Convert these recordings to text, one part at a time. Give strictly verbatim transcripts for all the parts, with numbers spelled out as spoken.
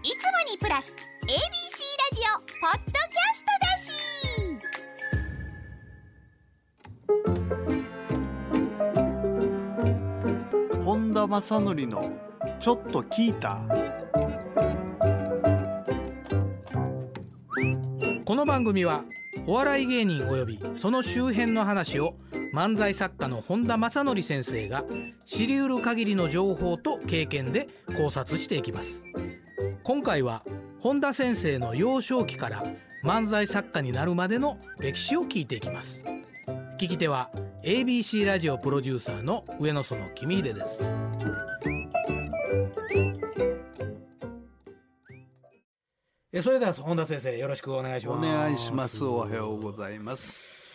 いつもにプラス エービーシー ラジオポッドキャストだし。本田正則のちょっと聞いた。 この番組はお笑い芸人およびその周辺の話を漫才作家の本田正則先生が知り得る限りの情報と経験で考察していきます。今回は本田先生の幼少期から漫才作家になるまでの歴史を聞いていきます。聞き手は エービーシー ラジオプロデューサーの上野園君秀です。それでは本田先生、よろしくお願いします。 お願いします。おはようございます。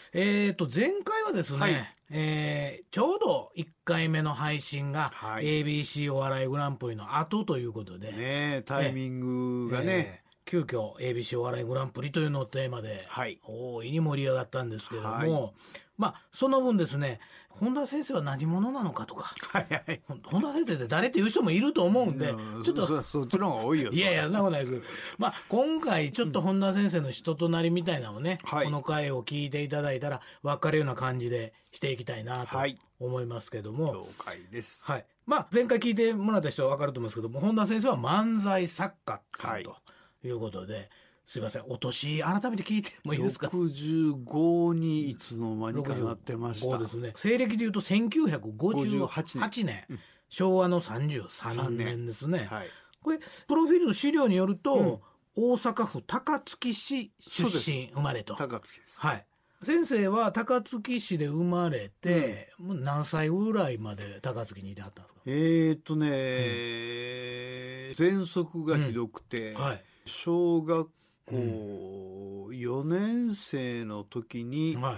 えーと前回はですね、はい、えー、ちょうどいっかいめの配信が、はい、エービーシー お笑いグランプリの後ということで、 ね、タイミングがね、えー、 急遽 エービーシー お笑いグランプリというのをテーマで、はい、大いに盛り上がったんですけれども、はい、まあその分ですね、本田先生は何者なのかとか、はいはい、本田先生って誰っていう人もいると思うんで、 うん、ちょっと そ, そっちの方が多いよ。 いやいや、そんなことないですけど、まあ今回ちょっと本田先生の人となりみたいなのをね、うん、この回を聞いていただいたら分かるような感じでしていきたいなと思いますけども、 了解です。 はい、まあ前回聞いてもらった人は分かると思うんですけども、本田先生は漫才作家さんということで、はい、すいません、お年改めて聞いてもいいですか。 ろくじゅうごにいつの間にかなってました。 ですね、西暦でいうとせんきゅうひゃくごじゅうはちねん、うん、昭和のさんじゅうさんねんですね、はい、これプロフィールの資料によると、うん、大阪府高槻市出身生まれと。 高槻です、 はい、先生は高槻市で生まれて、うん、もう何歳ぐらいまで高槻にいてはったんですか。 えーっとね、うん、喘息がひどくて、うんはい、小学校よねん生の時に、うんはい、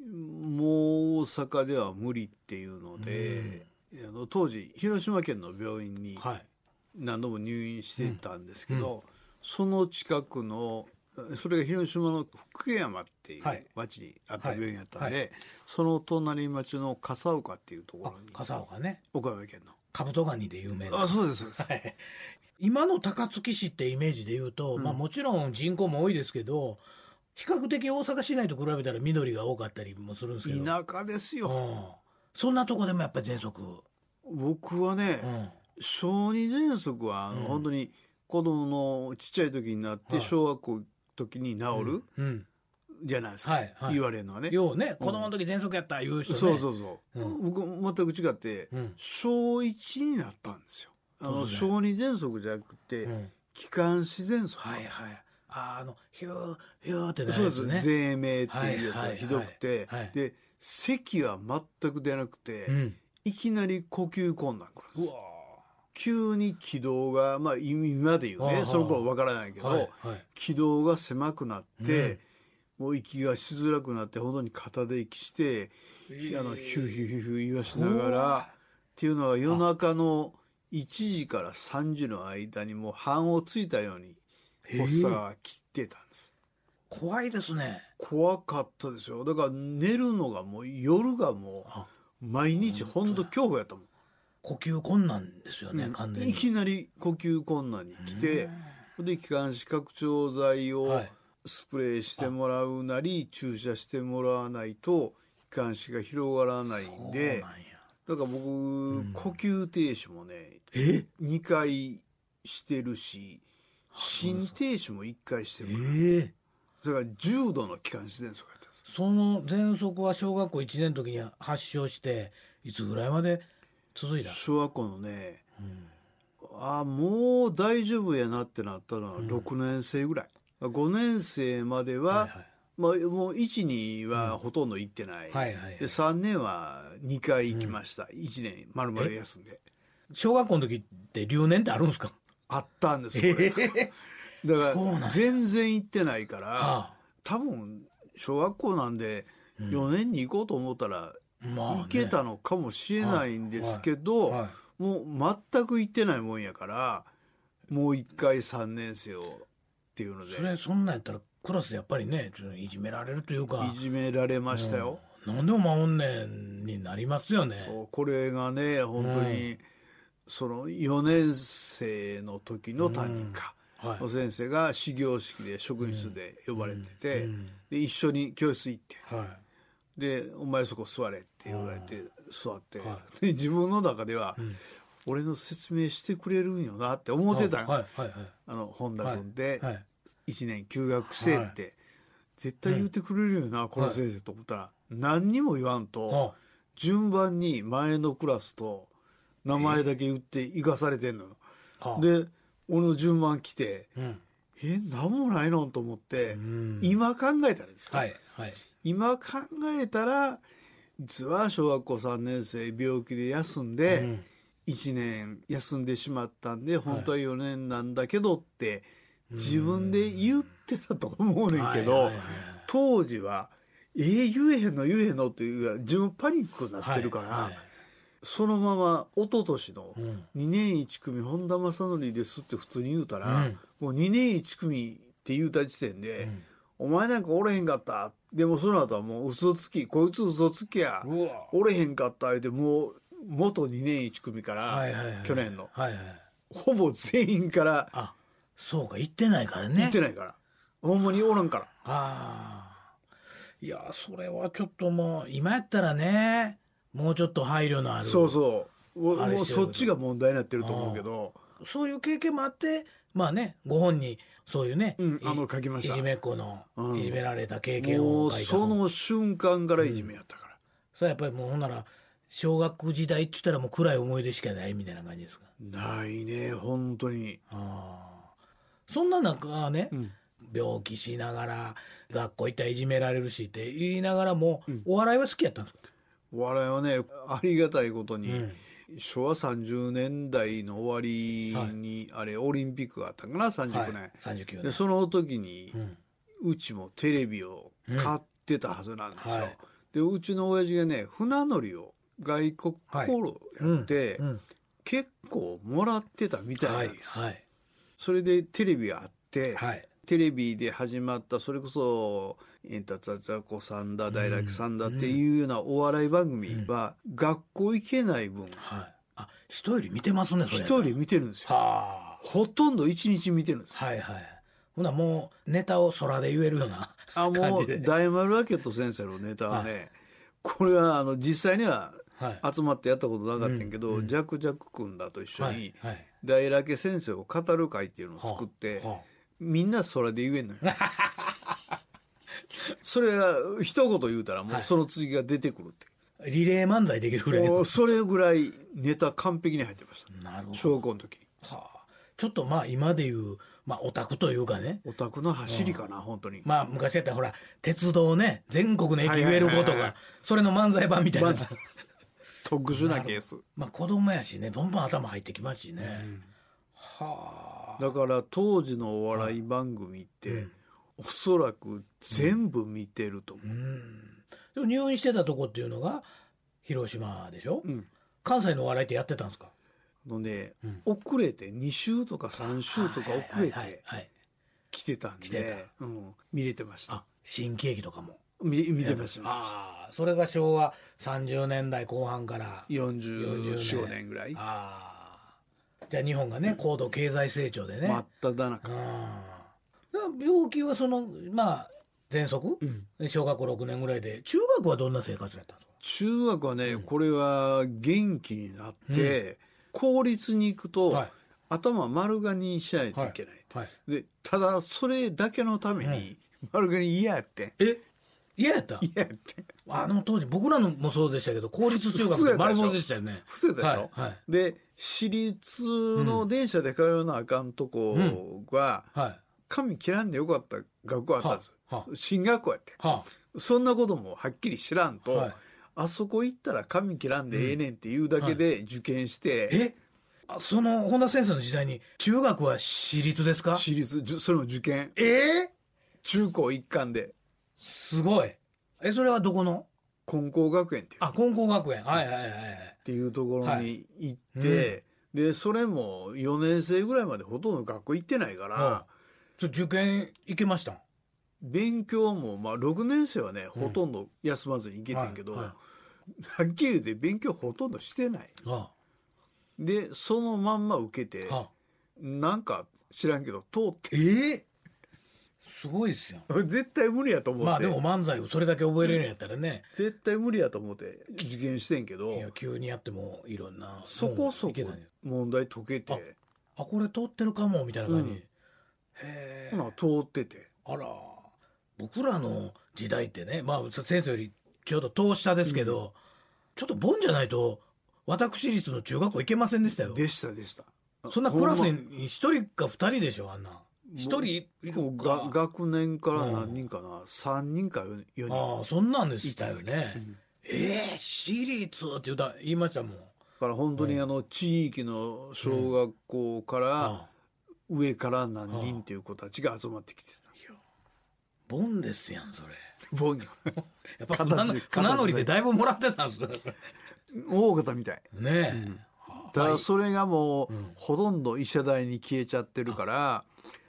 もう大阪では無理っていうので、うん、あの当時広島県の病院に何度も入院していたんですけど、はいうん、その近くのそれが広島の福山っていう町にあった病院だったんで、はいはいはい、その隣町の笠岡っていうところに、 笠岡ね、 岡山県のカブトガニで有名な。 あ、そうですそうです、はい、 今の高槻市ってイメージで言うと、うん、まあもちろん人口も多いですけど、比較的大阪市内と比べたら緑が多かったりもするんですけど、 田舎ですよ、うん、 そんなとこでもやっぱり喘息。 僕はね、うん、小児喘息はあの、うん、本当に子供のちっちゃい時になって小学校の時に治る、うんうん、じゃないですか、はいはい、言われるのはね、 ようね、子供の時喘息やった言う人ね、 そうそうそう、うん、僕全く違って、うん、小いちになったんですよ。あの小児喘息じゃなくて、うん、気管支喘息、 はいはい、ああのヒューヒューってなるやつね。そうです、ぜいめいっていうやつがひどくて、はいはいはい、で咳は全く出なくて、うん、いきなり呼吸困難くるんです。うわ、急に気道が、まあ今で言うね、その頃わからないけど、はいはい、気道が狭くなって、うん、もう息がしづらくなって本当に片で息して、えー、あのヒューヒューヒューヒュー言わしながらっていうのは夜中のいちじからさんじの間にもう半をついたように発作が切ってたんです。 怖いですね。 怖かったですよ。だから寝るのがもう夜がもう毎日本当恐怖やったもん。 呼吸困難ですよね、うん、完全に。 いきなり呼吸困難に来て、で気管支拡張剤をスプレーしてもらうなり、はい、注射してもらわないと気管支が広がらないんで、だから僕、うん、呼吸停止もねえにかいしてるし、心停止もいっかいしてるから、えー、それから重度の気管支喘息やったんです。 その喘息は小学校いちねんの時に発症していつぐらいまで続いた？ 小学校のね、うん、あもう大丈夫やなってなったのはろくねん生ぐらい、うん、ごねん生までは、はいはい、まあ、もういち、にはほとんど行ってない、うんはいはいはい、でさんねんはにかい行きました、うん、いちねん丸々休んで。 小学校の時って留年ってあるんですか？ あったんですよ、えー、だから全然行ってないから、はあ、多分小学校なんでよねんに行こうと思ったら、うん、行けたのかもしれないんですけど、まあねはいはい、もう全く行ってないもんやからもう一回さんねん生をっていうので、 それそんなんやったらクラスでやっぱりねちょっといじめられるというか、 いじめられましたよ、 うん、なんでも守んねんになりますよね。 そうこれがね本当に、うんそのよねん生の時の担任か、うんはい、の先生が始業式で職員室で呼ばれてて、うんうん、で一緒に教室行って、はい、でお前そこ座れって言われて座って、はい、で自分の中では、うん、俺の説明してくれるんよなって思ってたの、はいはいはい、あの本田君で、はいはい、いちねん休学生って、はい、絶対言ってくれるよな、うん、この先生と思ったら、はい、何にも言わんと、はい、順番に前のクラスと名前だけ言って行かされてんのよ、はあ、で俺の順番来て、うん、え何もないのと思って、うん、今考えたらですよ、はいはい、今考えたら実は小学校さんねん生病気で休んで、うん、いちねん休んでしまったんで本当はよねんなんだけどって自分で言ってたと思うねんけど、はいはいはい、当時はえー、言えへんの言えへんのっていう自分パニックになってるから、はいはい、そのまま一昨年のにねんいち組本田正則ですって普通に言うたら、うん、もうにねんいち組って言うた時点で、うん、お前なんかおれへんかったでもその後はもう嘘つきこいつ嘘つきやおれへんかった言うてもう元にねんいち組から、はいはいはい、去年の、はいはい、ほぼ全員からあそうか言ってないからね言ってないからほんまにおらんからあいやそれはちょっともう今やったらねもうちょっと配慮のあるそうそうもうそっちが問題になってると思うけどそういう経験もあってまあねご本にそういうね、 うん、あの書きましたいじめっ子の、うん、いじめられた経験を書いたもうその瞬間からいじめやったから、うん、 それやっぱりもうほんなら小学時代って言ったらもう暗い思い出しかないみたいな感じですかないね本当にあそんな中ね、うん病気しながら学校行ったらいじめられるしって言いながらも、うん、お笑いは好きやったんですか？ お笑いはねありがたいことに、うん、しょわさんじゅうねんだいの終わりに、はい、あれオリンピックがあったかなさんじゅうきゅうねん、はい、さんじゅうきゅうねんでその時に、うん、うちもテレビを買ってたはずなんですよ、うんはい、でうちの親父がね船乗りを外国航路やって、はいうんうん、結構もらってたみたいなんです、はいはい、それでテレビがあって、はいテレビで始まったそれこそエンタツァツァコさんだ大楽さんだっていうようなお笑い番組は学校行けない分、うんうんはい、 あ人より見てますねそれ人より見てるんですよはほとんど一日見てるんですはいはいほなもうネタを空で言えるような感じであもう大丸ラケット先生のネタはね、はい、これはあの実際には集まってやったことなかったんやけど、はいうん、ジャクジャク君らと一緒に大ラケ先生を語る会っていうのを作って、はいはいみんなそれで言えんのよそれが一言言うたらもうその次が出てくるって、 はい、リレー漫才できるぐらいもうそれぐらいネタ完璧に入ってました。なるほど小学校の時に、はあ、ちょっとまあ今でいうまあオタクというかねオタクの走りかな、うん、本当にまあ昔やったらほら鉄道ね全国の駅言えることがそれの漫才版みたいな特殊なケースまあ子供やしねどんどん頭入ってきますしね、うん、はあだから当時のお笑い番組って、うん、おそらく全部見てると思う、うん、 でも入院してたとこっていうのが広島でしょ、うん、関西のお笑いってやってたんですかので、うん、遅れてに週とかさん週とか遅れて来てたんで、うん、見れてました新喜劇とかも見, 見てましたあそれが昭和さんじゅうねんだいこう半からよんじゅうよん、ごねんぐらいあじゃあ日本がね高度経済成長でね真っ只中病気はそのまあ喘息、うん、小学校ろくねんぐらいで中学はどんな生活やったの中学はね、うん、これは元気になって、うん、公立に行くと、はい、頭丸刈りにしないといけない、はいはい、でただそれだけのために丸刈り嫌やってえ嫌やった嫌やってあの当時僕らのもそうでしたけど公立中学って丸坊主でしたよね普通だでしょ、はいはい、で私立の電車で通うなあかんとこが、うんはい、髪切らんでよかった学校あったんです、はあはあ、進学校やって、はあ、そんなこともはっきり知らんと、はい、あそこ行ったら髪切らんでええねんっていうだけで受験して、 うんはい、えその本田先生の時代に中学は私立ですか私立それも受験えー、 中高一貫ですごいえそれはどこの金光学園っていうあ金光学園はいはいはいはいっていうところに行って、はいうん、でそれもよねん生ぐらいまでほとんど学校行ってないから、はあ、受験行けました勉強もまあろくねん生はね、うん、ほとんど休まずに行けてんけど、はいはい、はっきり言って勉強ほとんどしてない、はあ、 でそのまんま受けて、 はあ、 なんか知らんけど通って、 えー、すごいっすよ。 絶対無理やと思って、 まあでも漫才をそれだけ覚えれるんやったらね、 絶対無理やと思って受験してんけど、 いや急にやってもいろんなそこそこ問題解けて、 あこれ通ってるかもみたいな感じ、うん、へえほな通ってて、 あら僕らの時代ってね、まあ先生よりちょうど遠下ですけど、うん、ちょっとボンじゃないと私立の中学校行けませんでしたよ。 でしたでした。 そんなクラスに一人か二人でしょ、あんな一人いるか。 学年から何人かな、うん、さんにんかよにん。 ああそんなんでしたよね、うん、ええー、私立って言った言いましたもん。だから本当にあの地域の小学校から上から何人っていう子たちが集まってきてた。 ボンですやんそれ。 ボンやっぱ船, 船乗りでだいぶもらってたんです大方みたいねえ、うん、 だからそれがもう、うん、ほとんど医者代に消えちゃってるから、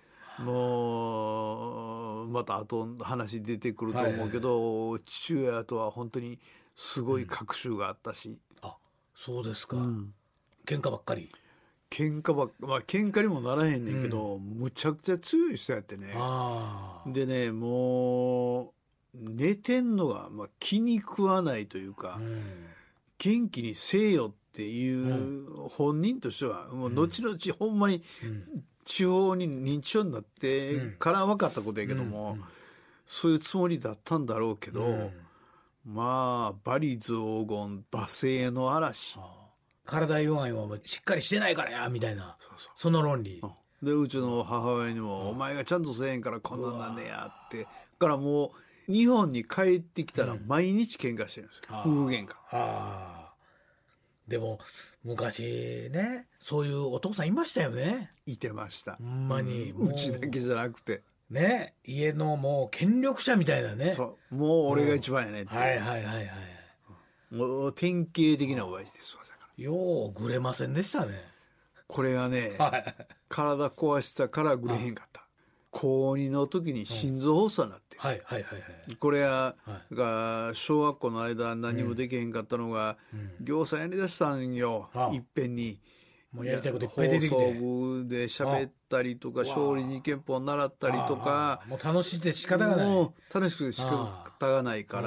もうまた後話出てくると思うけど、はいはいはい、父親とは本当にすごい隔週があったし、うん、 あそうですか、うん、喧嘩ばっかり。 喧嘩ばっかまあ喧嘩にもならへんねんけど、うん、むちゃくちゃ強い人やってね。 あでねもう寝てんのが、まあ、気に食わないというか、うん、元気にせえよっていう本人としては、うん、もう後々ほんまに地方に認知症になってから分かったことやけども、うんうん、そういうつもりだったんだろうけど、うん、まあ罵詈雑言罵声の嵐、 体弱いはしっかりしてないからやみたいな、そうそうその論理、 うん、でうちの母親にも、うん、お前がちゃんとせえへんからこんなんなんねやってからもう日本に帰ってきたら毎日喧嘩してるんですよ、うん、夫婦喧嘩。 あでも昔ねそういうお父さんいましたよね。 いてましたほんまに、 うん、うちだけじゃなくてね家のもう権力者みたいなね。 そうもう俺が一番やねって、 うん、はいはいはいはい、 もう典型的な親父ですわ。 ようぐれませんでしたね。これがね、はい、体壊したからぐれへんかった。高にの時に心臓発作になって、 はいはいはいはい、 これは、はい、が小学校の間何もできへんかったのが、うん、行さんやりだしたんよ、うん、いっぺんに。 もうやりたいこといっぱい出てきて、 放送部で喋ったりとか勝利に憲法習ったりとか、 もう楽しくて仕方がない、 もう楽しくて仕方がないから、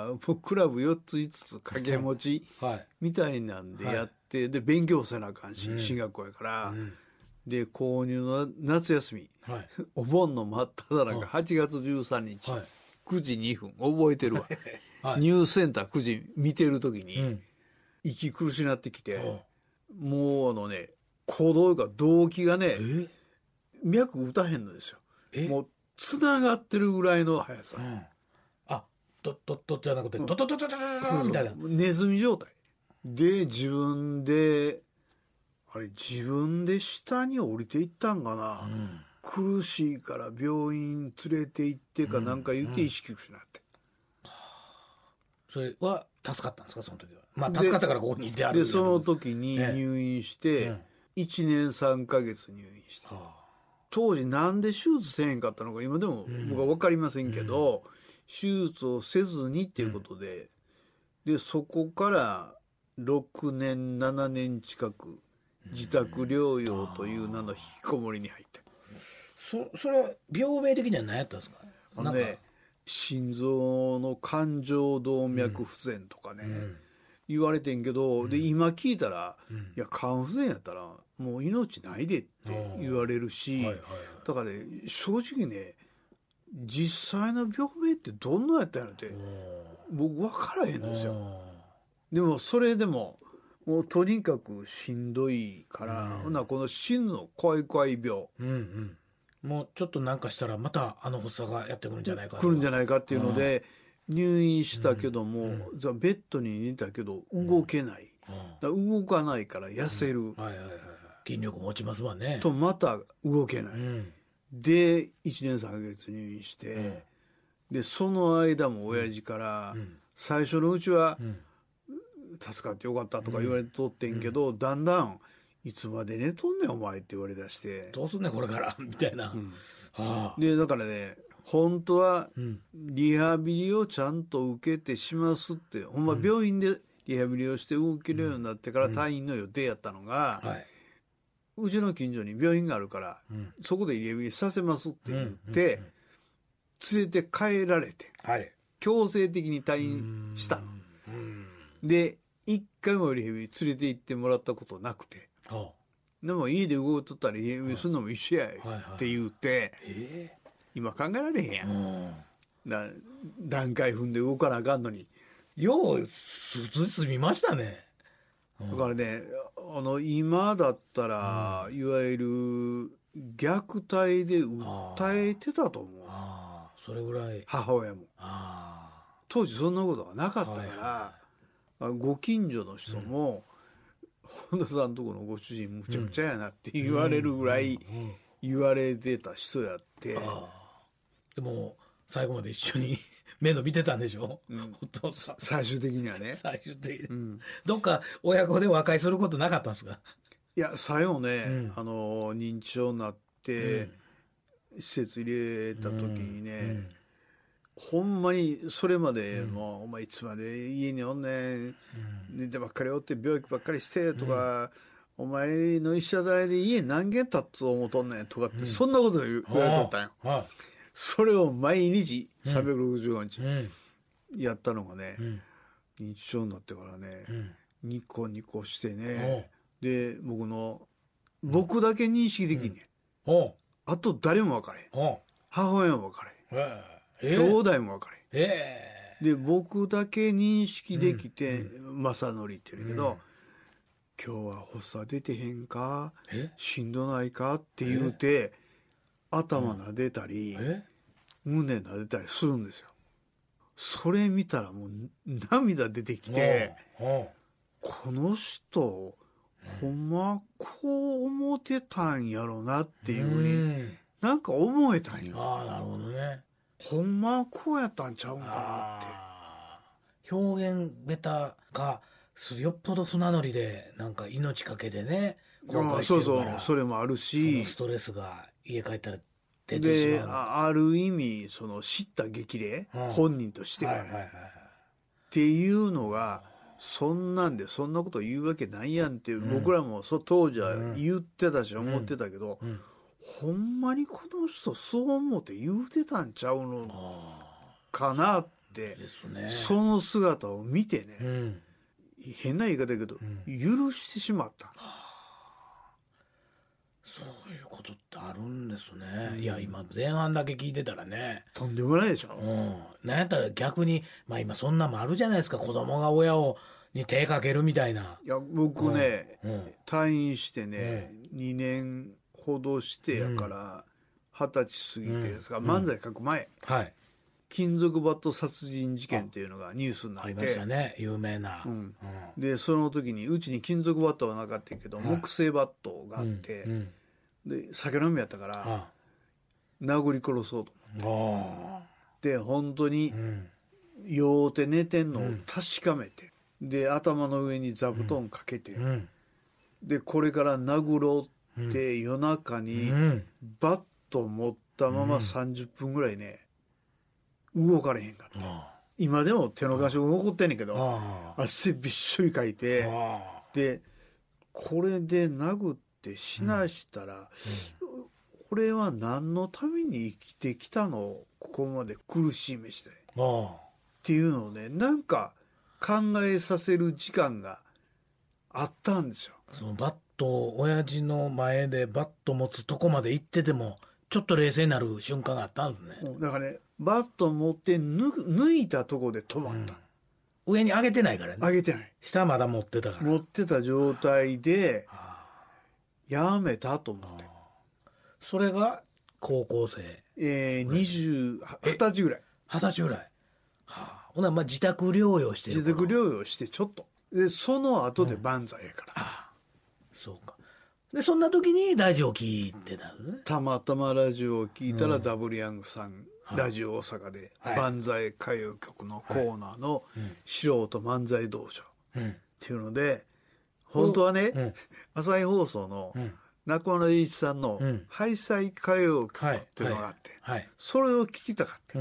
もうクラブよっついつつ掛け持ちみたいなんでやって、はい、で勉強せなあかんし、うん、進学校やから、うん、で購入の夏休み、はい、お盆の真っ只中はちがつじゅうさんにち、はい、くじにふん覚えてるわ、はい、ニュースセンターくじ見てる時に、うん、息苦しなってきて、もうあのね鼓動が動悸がね脈打たへんのですよ。もうつながってるぐらいの速さ、うん、 あドッドッドッじゃなくてドッドッドッドッドッみたいなネズミ状態で自分であれ自分で下に降りていったんかな、うん、苦しいから病院連れて行ってかなんか言って意識失って、 うんうん、それは助かったんですかその時は。まあ助かったからここにいてあるでその時に入院して、ね、いちねんさんかげつ入院して、うん、当時なんで手術せえへんかったのか今でも僕は分かりませんけど、うん、手術をせずにっていうことで、うん、でそこからろくねんななねん近く自宅療養という名の引きこもりに入った。 そ, それは病名的には何やったんですか。 あのね心臓の冠状動脈不全とかね、うん、言われてんけど、うん、で今聞いたら、うん、いや肝不全やったらもう命ないでって言われるし、はいはいはい、だからね正直ね実際の病名ってどんなやったんやろって僕分からへんんですよ。でもそれでももうとにかくしんどいから、うん、ほなこの死ぬの怖い怖い病、うんうん、 もうちょっとなんかしたらまたあの発作がやってくるんじゃないか来るんじゃないかっていうので、うん、入院したけども、うん、ベッドに寝たけど動けない、うん、だ動かないから痩せる、うんはいはいはい、 筋力も落ちますわねとまた動けない、うん、でいちねんさんかげつ入院して、うん、でその間も親父から、うん、最初のうちは、うん助かってよかったとか言われとってんけど、うん、だんだんいつまで寝とんねんお前って言われだしてどうすんねんこれからみたいな、うんはあ、でだからね本当はリハビリをちゃんと受けてしますって、うん、ほんま病院でリハビリをして動けるようになってから退院の予定やったのが、 はい、 うちの近所に病院があるから、うん、そこでリハビリさせますって言って、うんうんうん、連れて帰られて、はい、強制的に退院したの。で一回もリハビリ連れて行ってもらったことなくて、でも家で動いとったらリハビリするのも一緒やって言って、はいはいはいえー、今考えられへんやん。だ段階踏んで動かなあかんのによう済みましたね。 だからねあの今だったら、うん、いわゆる虐待で訴えてたと思う。 ああそれぐらい母親もあ当時そんなことがなかったから、はいはい、ご近所の人も、うん、本田さんとこのご主人むちゃくちゃやなって言われるぐらい言われてた人やって、うんうんうん、 でも最後まで一緒に面倒見てたんでしょ、 うん、お父さん最終的にはね最終的に、うん、どっか親子で和解することなかったんですか。 いや最後ね、うん、あの認知症になって、うん、施設入れた時にね、うんうん、ほんまにそれまで、うん、もうお前いつまで家におんねん、うん、寝てばっかりおって病気ばっかりしてとか、うん、お前の医者代で家何軒建つと思うとんねんとかって、うん、そんなこと言われとったんよ、はあそれを毎日さんびゃくろくじゅうごにちやったのがね、うん、認知症になってからね、うん、ニコニコしてねで僕の僕だけ認識できんね、うん、あと誰も分かれへん母親も分かれへん、えー、兄弟も分かれへん、えー、で僕だけ認識できて、うん、正則って言うんだけど、うん、今日は発作出てへんかしんどないかって言うて、えー頭撫でたり、うん、胸撫でたりするんですよ。それ見たらもう涙出てきて、この人ほんまこう思ってたんやろなっていうふうになんか思えたんよ。 ああなるほどね。 ほんまこうやったんちゃうんかなって。 表現ベタがよっぽど船乗りでなんか命かけてね後悔してるから、そうそうそれもあるし、 そのストレスが家帰ったら出てしまう。 で あ, ある意味その知った激励、うん、本人としては、はいはいはい、っていうのがそんなんでそんなこと言うわけないやんって、うん、僕らもそ当時は言ってたし思ってたけど、うんうん、ほんまにこの人そう思って言うてたんちゃうのかなって、ね、その姿を見てね、うん、変な言い方だけど、許してしまった。 そういうことってあるんですね、うん、いや今前半だけ聞いてたらねとんでもないでしょ、 うん、なんやったら逆にまあ今そんなもあるじゃないですか子供が親をに手かけるみたいな。 いや僕ね、うんうん、退院してね、うん、にねんほどしてやから二十歳過ぎてですか、うん、漫才書く前、うんはい、金属バット殺人事件っていうのがニュースになってありましたね有名な、うんうん、 でその時にうちに金属バットはなかったけど、はい、木製バットがあって、うんうんで酒飲みやったから、ああ殴り殺そうと思ってで本当に酔うて寝てんのを確かめて、うん、で頭の上に座布団かけて、うん、でこれから殴ろうって、うん、夜中にバット持ったままさんじゅっぷんぐらいね動かれへんかった、うん、今でも手の感触残ってんねんけど汗びっしょりかいてでこれで殴ってって死なしたら、うんうん、俺は何のために生きてきたのをここまで苦しめしてっていうのをねなんか考えさせる時間があったんですよ。 そのバット親父の前でバット持つとこまで行っててもちょっと冷静になる瞬間があったんですね。 だからねバット持って抜いたとこで止まった、 うん、上に上げてないからね。 上げてない下まだ持ってたから持ってた状態でやめたと思って。 それが高校生えー、にじゅう、はたちぐらいはたちぐらい、はあ、ほなまあ自宅療養してる自宅療養してちょっとでその後で万歳やから、うん、ああそうか。でそんな時にラジオ聞いてたのね。 たまたまラジオを聞いたら、うん、ダブルヤングさん、はあ、ラジオ大阪で、はい、万歳歌謡曲のコーナーの素人漫才道場、うん、っていうので本当はね、うん、朝日放送の中村栄一さんのハイサイ歌謡曲っていうのがあって、うんはいはい、それを聞きたかった、うん、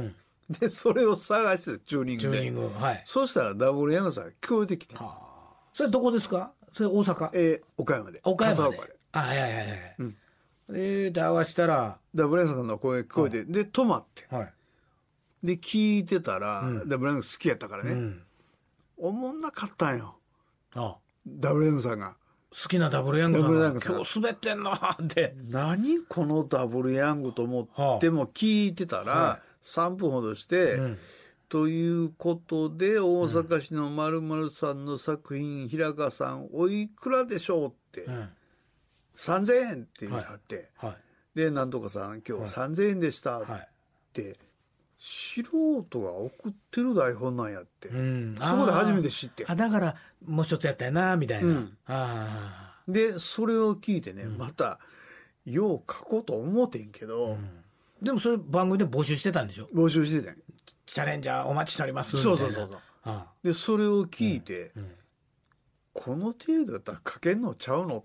でそれを探してチューニングでチューニング、はい、 そしたらダブルヤングさんが聞こえてきて、はあ、それどこですか？それ大阪？ えー、岡山で。 岡山で。 岡で。 あ、はいはいはいはい。うん、で、で合わしたらダブルヤングさんの声聞こえて、で止まって、 はい、 で聞いてたら、うん、ダブルヤング好きやったからね、うん、おもんなかったんよ。ああ、ダブルヤングさんが好きなダブルヤングさんが今日滑ってんのって何このダブルヤングと思っても聞いてたら、はあ、さんぷんほどして、うん、ということで大阪市の〇〇さんの作品、うん、平川さんおいくらでしょうって、うん、さんぜんえんって言ってはって、はいはい、でなんとかさん今日さんぜんえんでしたって、はい、素人が送ってる台本なんやって、うん、そこで初めて知って、 あだからもう一つやったよなみたいな、うん、あでそれを聞いてね、うん、またよう書こうと思ってんけど、うん、 でもそれ番組で募集してたんでしょ？ 募集してたん。 チャレンジャーお待ちしておりますみたいな。 そうそうそうそう、ああでそれを聞いて、うんうん、この程度だったら書けんのちゃうのって。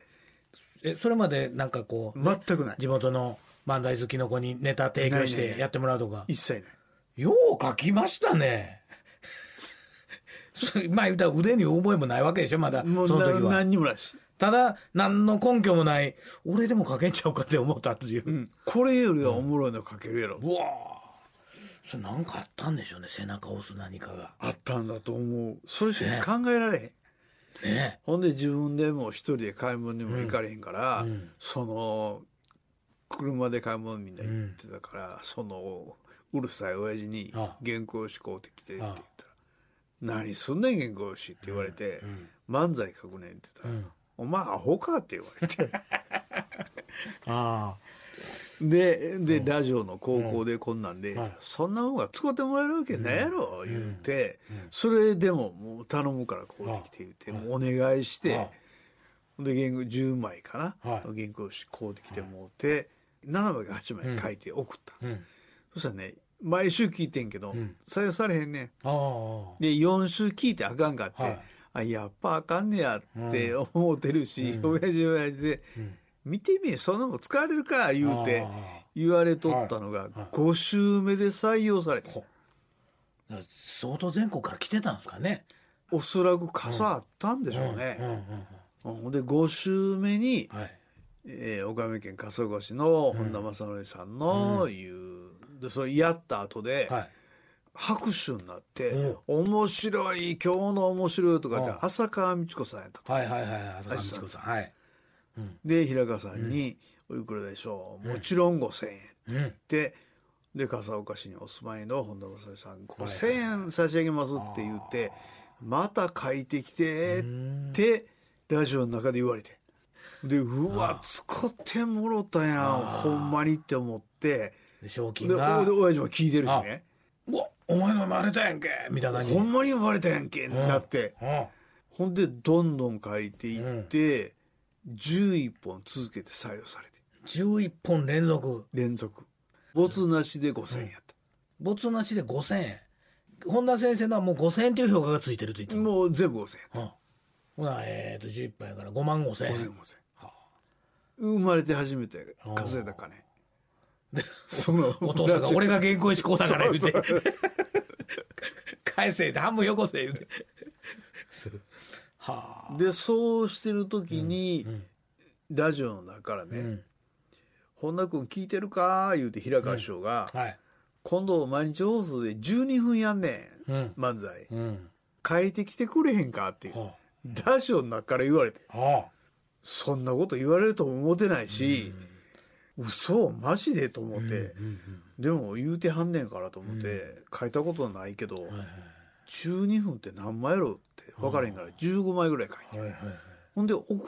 えそれまでなんかこう、 ね、全くない。 地元の漫才好きの子にネタ提供してやってもらうとか一切ない。 よう書きましたねまあ言うたら腕に覚えもないわけでしょまだ。 もうその時は何にもないし、 ただ何の根拠もない俺でも書けんちゃうかって思ったっていう、うん、 これよりはおもろいの書けるやろ、うん、 うわそれ何かあったんでしょうね。背中を押す何かがあったんだと思う。それしか考えられへん、ねね、ほんで自分でも一人で買い物にも行かれへんから、うんうん、その車で買い物みんな行ってたから、うん、そのうるさい親父に原稿紙買うてきてって言ったら何すんねん原稿紙って言われて、うん、漫才書くねんって言ったら、うん、お前アホかって言われてあで, でラジオの高校でこんなんで、うん、そんなもんが使ってもらえるわけないやろ言って、うんうん、それでももう頼むからこうてきて言って、もうお願いして、で原稿じゅうまいかな、原稿紙こうてきてもうてななまいかはちまい書いて送った、うん、そしたらね毎週聞いてんけど、うん、採用されへんねん。でよん週聞いてあかんかって、はい、あやっぱあかんねやって思ってるし、うん、親父親父で、うん、見てみそんなもん使われるか言うて言われとったのがご週目で採用された、はいはい、相当全国から来てたんですかね。 おそらく傘あったんでしょうね。でご週目に、はいえー、岡山県笠岡市の本田正則さんのいう、うん、でそれやった後で、はい、拍手になって、うん、面白い今日の面白いとかって浅川美智子さんやったと。 はいはいはい浅川美智子さん、はいうん、で平川さんに、うん、おいくらでしょう、もちろんごせんえん、うん、でで笠岡市にお住まいの本田正則さんごせんえん差し上げますって言って、はいはい、また書いてきてってラジオの中で言われて、でうわ使ってもろたやんほんまにって思って、 で賞金がで親父も聞いてるしね、 うわお前の生まれたやんけみたいな感じ、 ほんまに生まれたやんけになって、ほんでどんどん書いていって、うん、じゅういっぽん続けて採用されて、 じゅういっぽん連続連続没なしでごせんえんやった、 うん、没なしでごせんえん。本田先生のはもうごせんえんという評価がついてると言ってもう全部ごせんえん、うん、 ほなえーとじゅういっぽんやからごまんごせんえん、ごせんごせん生まれて初めて稼いだ金でそのお父さんが俺が原稿紙こうだから言うて返せって半分よこせ言うてはあ、でそうしてる時に、うんうん、ラジオの中からね、うん、本田君聞いてるか言うて平川師匠が、うんはい、今度毎日放送でじゅうにふんやんねん、うん、漫才、うん、書いてきてくれへんかっていう、はあ、ラジオの中から言われて、はあ、そんなこと言われるとも思ってないし、うん、嘘マジでと思って、うんうんうん、でも言うてはんねんからと思って、うん、書いたことないけど、はいはい、じゅうにふんって何枚やろって分からへんからじゅうごまいぐらい書いて、はいはいはい、ほんで送って、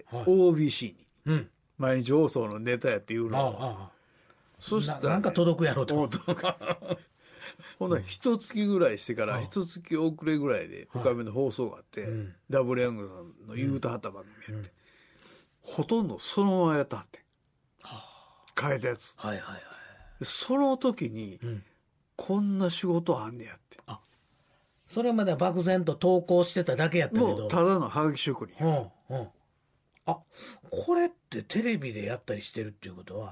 はい、オービーシー に、うん、毎日放送のネタやっていうのを、ああああそしたら、ね、な, なんか届くやろとほんなら一月ぐらいしてから一月遅れぐらいで深めの放送があって、はい、ダブルヤングさんの言うたはった番組やって、うん、ほとんどそのままやったはって、はあ、変えたやつ、はいはいはい、その時に、うん、こんな仕事あんねやって、あそれまでは漠然と投稿してただけやったけどもうただのハガキ職人、うんうん、 あこれってテレビでやったりしてるっていうことは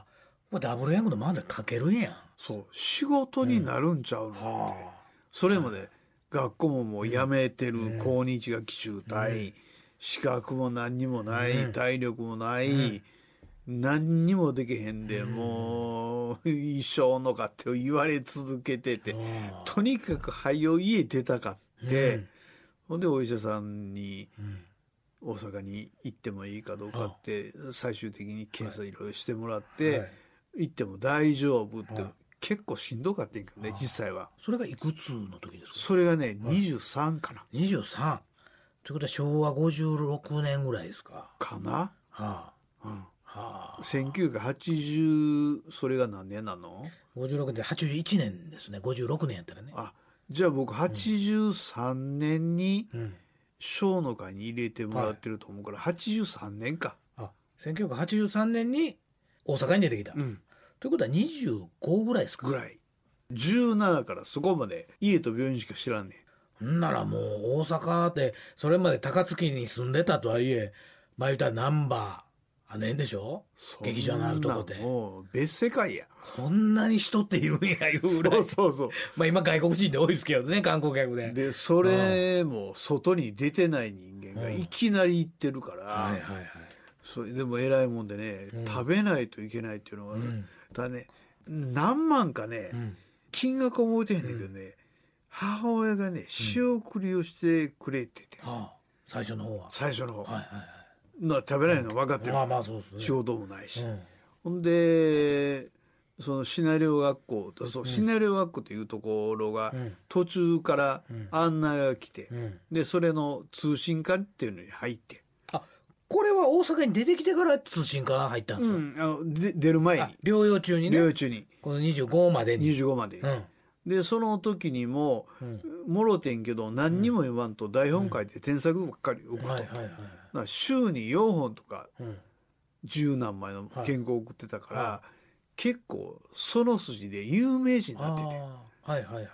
これダブルヤングの漫才かけるんやん。 そう仕事になるんちゃうのって、うん、それまで学校ももう辞めてる、うん、高日が奇中隊、うん、資格も何にもない、うん、体力もない、うん何にもできへんで、うん、もう一生のかって言われ続けてて、とにかく早う家出たかって、うん、ほんでお医者さんに、うん、大阪に行ってもいいかどうかって、うん、最終的に検査いろいろしてもらって、はい、行っても大丈夫って、はい、結構しんどかったんけどね実際は。 それがいくつの時ですか？ それがねにじゅうさんかな。 にじゅうさんということはしょうわごじゅうろくねんぐらいですか？ かな、 はあうんはあ、せんきゅうひゃくはちじゅうそれが何年なの？ ごじゅうろくねんではちじゅういちねんですね。ごじゅうろくねんやったらね。 あじゃあ僕はちじゅうさんねんに小の会に入れてもらってると思うから、はい、はちじゅうさんねんか。 あせんきゅうひゃくはちじゅうさんねんに大阪に出てきた、うん、ということはにじゅうごぐらいですか？ ぐらいじゅうななからそこまで家と病院しか知らんねん。んならもう大阪ってそれまで高槻に住んでたとはいえまあ言ったら難波あねんでしょ劇場のあるとこでもう別世界や。 こんなに人っているんやいうぐらいそうそうそうまあ今外国人って多いですけどね観光客で。 でそれも外に出てない人間がいきなり行ってるから、うんはいはいはい、それでも偉いもんでね、うん、食べないといけないっていうのは、ねうん、だね何万かね、うん、金額覚えてへんねんけどね、うん、母親がね仕送りをしてくれって言って、 うんはあ、最初の方は最初の方、 はいはいはいな食べないの分かってる、 まあまあそうですね、 仕事もないし、うん、ほんでそのシナリオ学校そう、うん、シナリオ学校というところが途中から案内が来て、うん、でそれの通信科っていうのに入って、 あこれは大阪に出てきてから通信科入ったんですか？ うん、あので出る前に療養中にね療養中にこのにじゅうごまでににじゅうごまでに、うんでその時にも、うん、もろてんけど何にも言わんと台本書いて添削ばっかり送っと、うんはいはいはい、週によんほんとか十何枚の原稿送ってたから、はい、結構その筋で有名人になってて、 はいはいはいはい、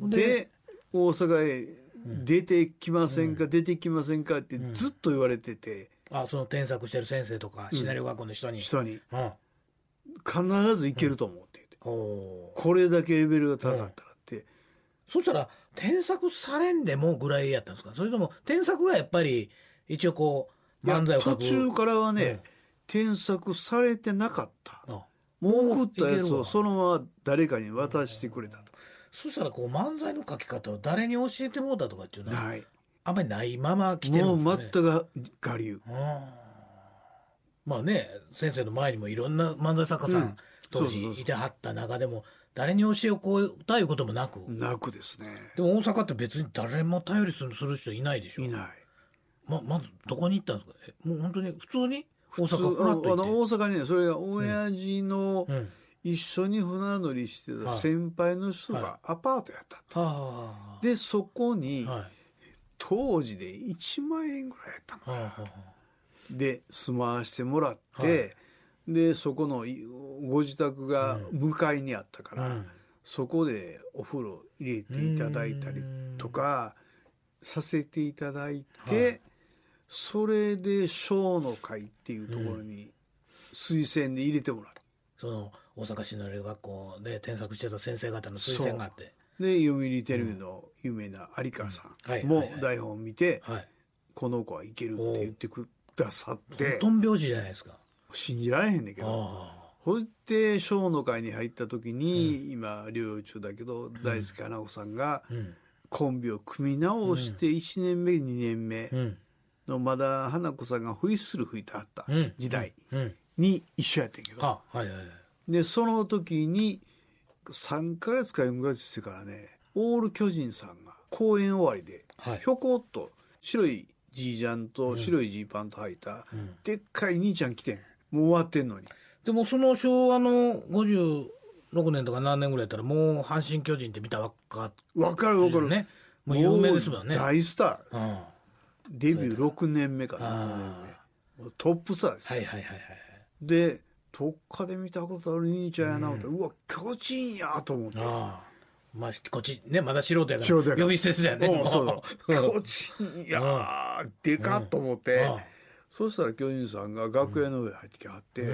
で, で大阪へ出てきませんか、うん、出てきませんかってずっと言われてて、 うん、あその添削してる先生とかシナリオ学校の人に、 うん、人に、 うん、 必ず行けると思うって言って、これだけレベルが高かったらって、うん、 そしたら添削されんでもぐらいやったんですか？それとも添削がやっぱり一応こう漫才を書く途中からはね、うん、添削されてなかった。もう送ったやつをそのまま誰かに渡してくれたと。 そしたらこう漫才の書き方を誰に教えてもらったとかっていうのはない、 あんまりないまま来てるんですね。 もう全く我流。 まあね先生の前にもいろんな漫才作家さん、うん、当時いてはった中でも誰に教えをこうたいうこともなくなくですね。 でも大阪って別に誰も頼りする人いないでしょ。 いない。 ま, まずどこに行ったんですか？えもう本当に普通に大阪フラッと行ってあの大阪にねそれが親父の、うんうん一緒に船乗りしてた先輩の人がアパートやった、はい、でそこに、はい、当時でいちまんえんぐらいやったのかな、はい、で住まわしてもらって、はい、でそこのご自宅が向かいにあったから、うん、そこでお風呂入れていただいたりとかさせていただいて、はい、それで小の会っていうところに推薦で入れてもらった、 その大阪市の学校で添削してた先生方の推薦があってで読売テレビの有名な有川さんも台本を見て、はいはいはい、この子はいけるって言ってくださってトン拍子じゃないですか。 信じられへんねんけどそして小の会に入った時に、うん、今療養中だけど、うん、大輔花子さんがコンビを組み直していちねんめ、うん、にねんめのまだ花子さんがホイッスル吹いてあった時代に一緒やってんけど、はいはいはいでその時にさんかげつかよんかげつしてからねオール巨人さんが公演終わりで、はい、ひょこっと白いジージャンと白いジーパンと履いた、うん、でっかい兄ちゃん来てんもう終わってんのに。 でもその昭和のごじゅうろくねんとか何年ぐらいやったらもう阪神巨人って見たら分かる、 分かる分かる、 ね、もう有名ですもんね。 大スター、うん、デビューろくねんめかなななねんめもうトップスターですよ、はいはいはいはい、でどっかで見たことある兄ちゃんやな、うん、うわ巨人やと思って、あまあこっちねまだ素人やから呼び捨てすじゃねもうそう巨人やでかっと思って、うん、そしたら巨人さんが楽屋の上入ってきはって、うん、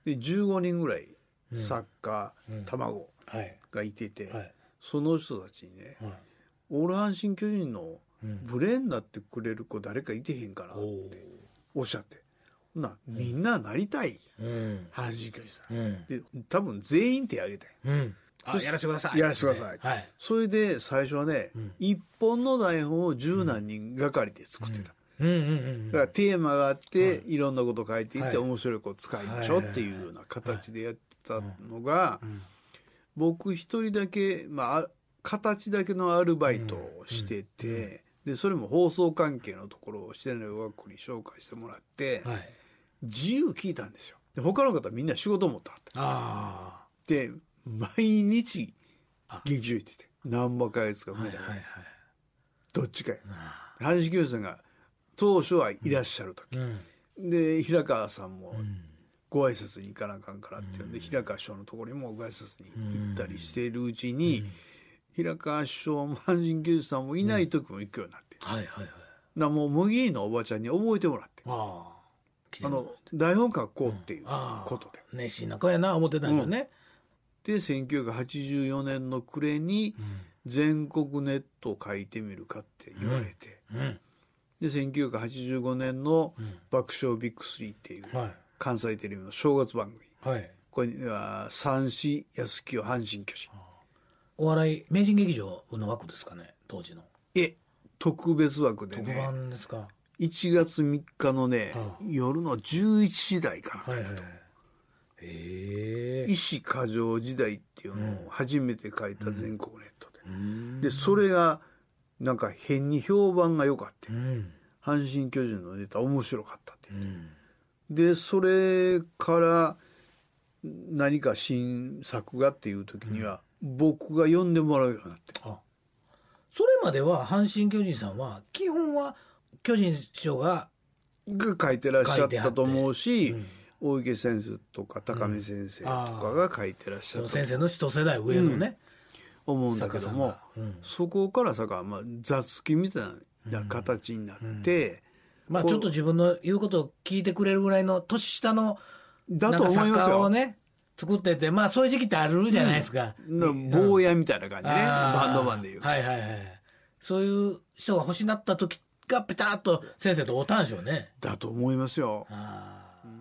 でじゅうごにんぐらい作家、 うん、 卵はいがいてて、 はい、 その人たちにね、はい、オール阪神・巨人のブレーンになってくれる子誰かいてへんかなっておっしゃって、ほなみんななりたい、うん、阪神・巨人さん、うん、で多分全員手挙げて、うん、 あやらせてくださいやらせてください、はい、それで最初はね、うん、一本の台本を十何人がかりで作ってた、うんうんうんうん、だからテーマがあって、はい、いろんなこと書いていって、はい、面白い子を使いましょうっていうような形でやってたのが、はいはいはい、僕一人だけ、まあ、形だけのアルバイトをしてて、うんうんうん、でそれも放送関係のところをしてない学校に紹介してもらって、はい、自由聞いたんですよ。で他の方みんな仕事持ったって、あで毎日劇場行ってて何ばか月か見たんです、どっちかや。阪神・巨人さんが当初はいらっしゃる時、うん、で平川さんもご挨拶に行かなあかんからっていうんで、うん、平川師匠のところにもご挨拶に行ったりしているうちに、うん、平川師匠も阪神・巨人さんもいない時も行くようになって、うん、はいはいはい、だもう麦入のおばちゃんに覚えてもらって、ああの台本書こうっていうことで、 熱心な子やな思ってたんですよね、 うん、でせんきゅうひゃくはちじゅうよねんの暮れに全国ネットを書いてみるかって言われて、うんうん、でせんきゅうひゃくはちじゅうごねんの爆笑ビッグスリーっていう関西テレビの正月番組、はい、これには三枝康清阪神・巨人、 お笑い名人劇場の枠ですかね当時の。 え特別枠でね、 特番ですか。 いちがつみっかのね、はあ、夜のじゅういちじ台から書いたと、はいはい、へー、医師過剰時代っていうのを初めて書いた全国ネットで、うん、でそれがなんか変に評判が良かった、うん、阪神・巨人のネタ面白かったって、うん、でそれから何か新作がっていう時には、うん、僕が呼んでもらうようになって、あそれまでは阪神・巨人さんは基本は巨人師匠がが書いてらっしゃったと思うし、うん、大池先生とか高見先生とかが書いてらっしゃった、うん、 先生の一世代上のね、 うん、思うんだけども、うん、そこからさか、まあ、雑記みたいな形になって、うんうんまあ、ちょっと自分の言うことを聞いてくれるぐらいの年下のだと思いますよ。 をね作ってて、まあそういう時期ってあるじゃないですか、 うん、坊やみたいな感じね、バンドマンでいう、 はいはいはい、そういう人が欲しなった時がペタッと先生と会ったんでしょうね。 だと思いますよ。 あ、うん、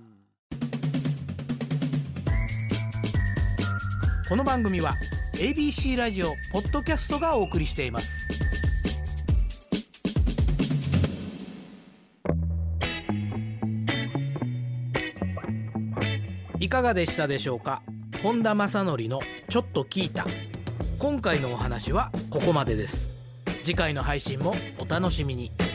この番組は エービーシー ラジオポッドキャストがお送りしています。いかがでしたでしょうか。本田正則のちょっと聞いた。今回のお話はここまでです。次回の配信もお楽しみに。